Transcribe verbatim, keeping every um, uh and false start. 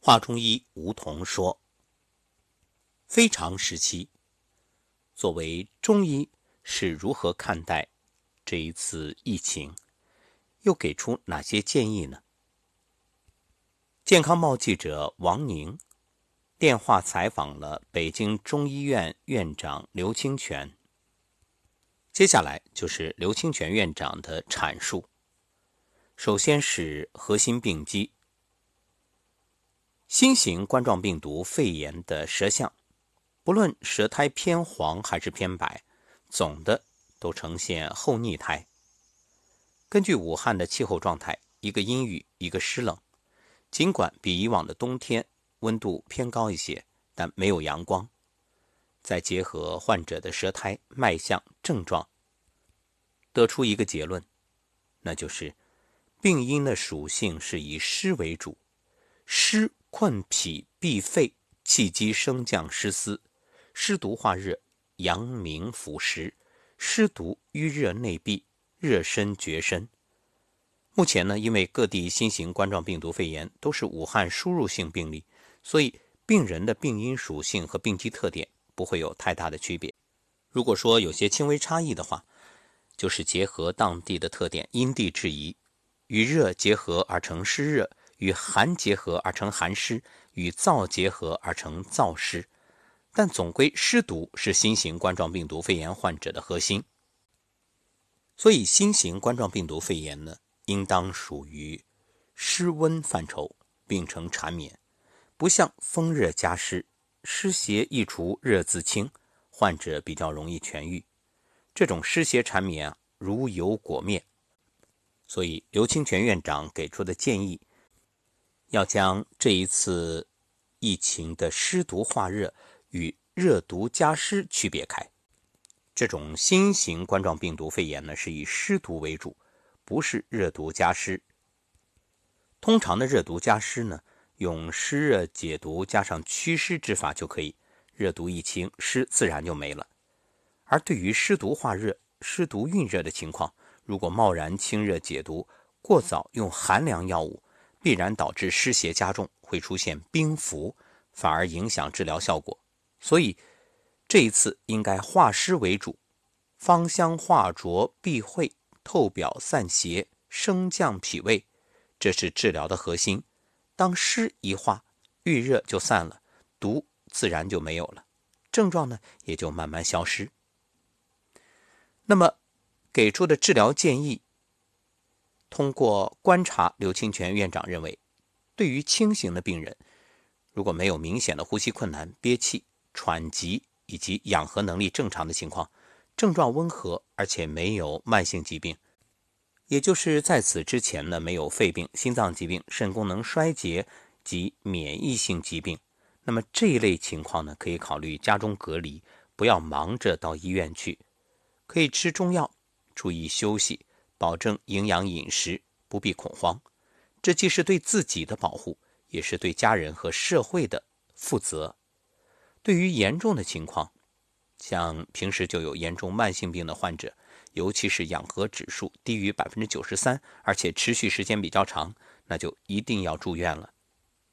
华中医吴桐说，非常时期，作为中医是如何看待这一次疫情，又给出哪些建议呢？健康报记者王宁电话采访了北京中医院院长刘清泉。接下来就是刘清泉院长的阐述。首先是核心病机。新型冠状病毒肺炎的舌象，不论舌苔偏黄还是偏白，总的都呈现厚腻苔。根据武汉的气候状态，一个阴雨，一个湿冷，尽管比以往的冬天温度偏高一些，但没有阳光。再结合患者的舌苔、脉象、症状，得出一个结论，那就是病因的属性是以湿为主，湿困脾闭肺，气机升降失司，湿毒化热，阳明腐蚀，湿毒淤热内闭，热身厥身。目前呢，因为各地新型冠状病毒肺炎都是武汉输入性病例，所以病人的病因属性和病机特点不会有太大的区别。如果说有些轻微差异的话，就是结合当地的特点，因地制宜，与热结合而成湿热，与寒结合而成寒湿，与燥结合而成燥湿。但总归湿毒是新型冠状病毒肺炎患者的核心。所以新型冠状病毒肺炎呢，应当属于湿温范畴，病程缠绵，不像风热加湿，湿邪一除，热自清，患者比较容易痊愈。这种湿邪缠绵啊，如有果灭。所以刘清泉院长给出的建议，要将这一次疫情的湿毒化热与热毒加湿区别开。这种新型冠状病毒肺炎呢，是以湿毒为主，不是热毒加湿。通常的热毒加湿呢，用湿热解毒加上祛湿之法就可以，热毒一清，湿自然就没了。而对于湿毒化热、湿毒蕴热的情况，如果贸然清热解毒，过早用寒凉药物，必然导致湿邪加重，会出现冰伏，反而影响治疗效果。所以这一次应该化湿为主，芳香化浊避秽，透表散邪，升降脾胃，这是治疗的核心。当湿一化，郁热就散了，毒自然就没有了，症状呢也就慢慢消失。那么给出的治疗建议，通过观察，刘清泉院长认为，对于轻型的病人，如果没有明显的呼吸困难、憋气、喘急以及氧合能力正常的情况，症状温和，而且没有慢性疾病，也就是在此之前呢，没有肺病、心脏疾病、肾功能衰竭及免疫性疾病，那么这一类情况呢，可以考虑家中隔离，不要忙着到医院去，可以吃中药，注意休息，保证营养饮食，不必恐慌。这既是对自己的保护，也是对家人和社会的负责。对于严重的情况，像平时就有严重慢性病的患者，尤其是氧合指数低于 百分之九十三， 而且持续时间比较长，那就一定要住院了。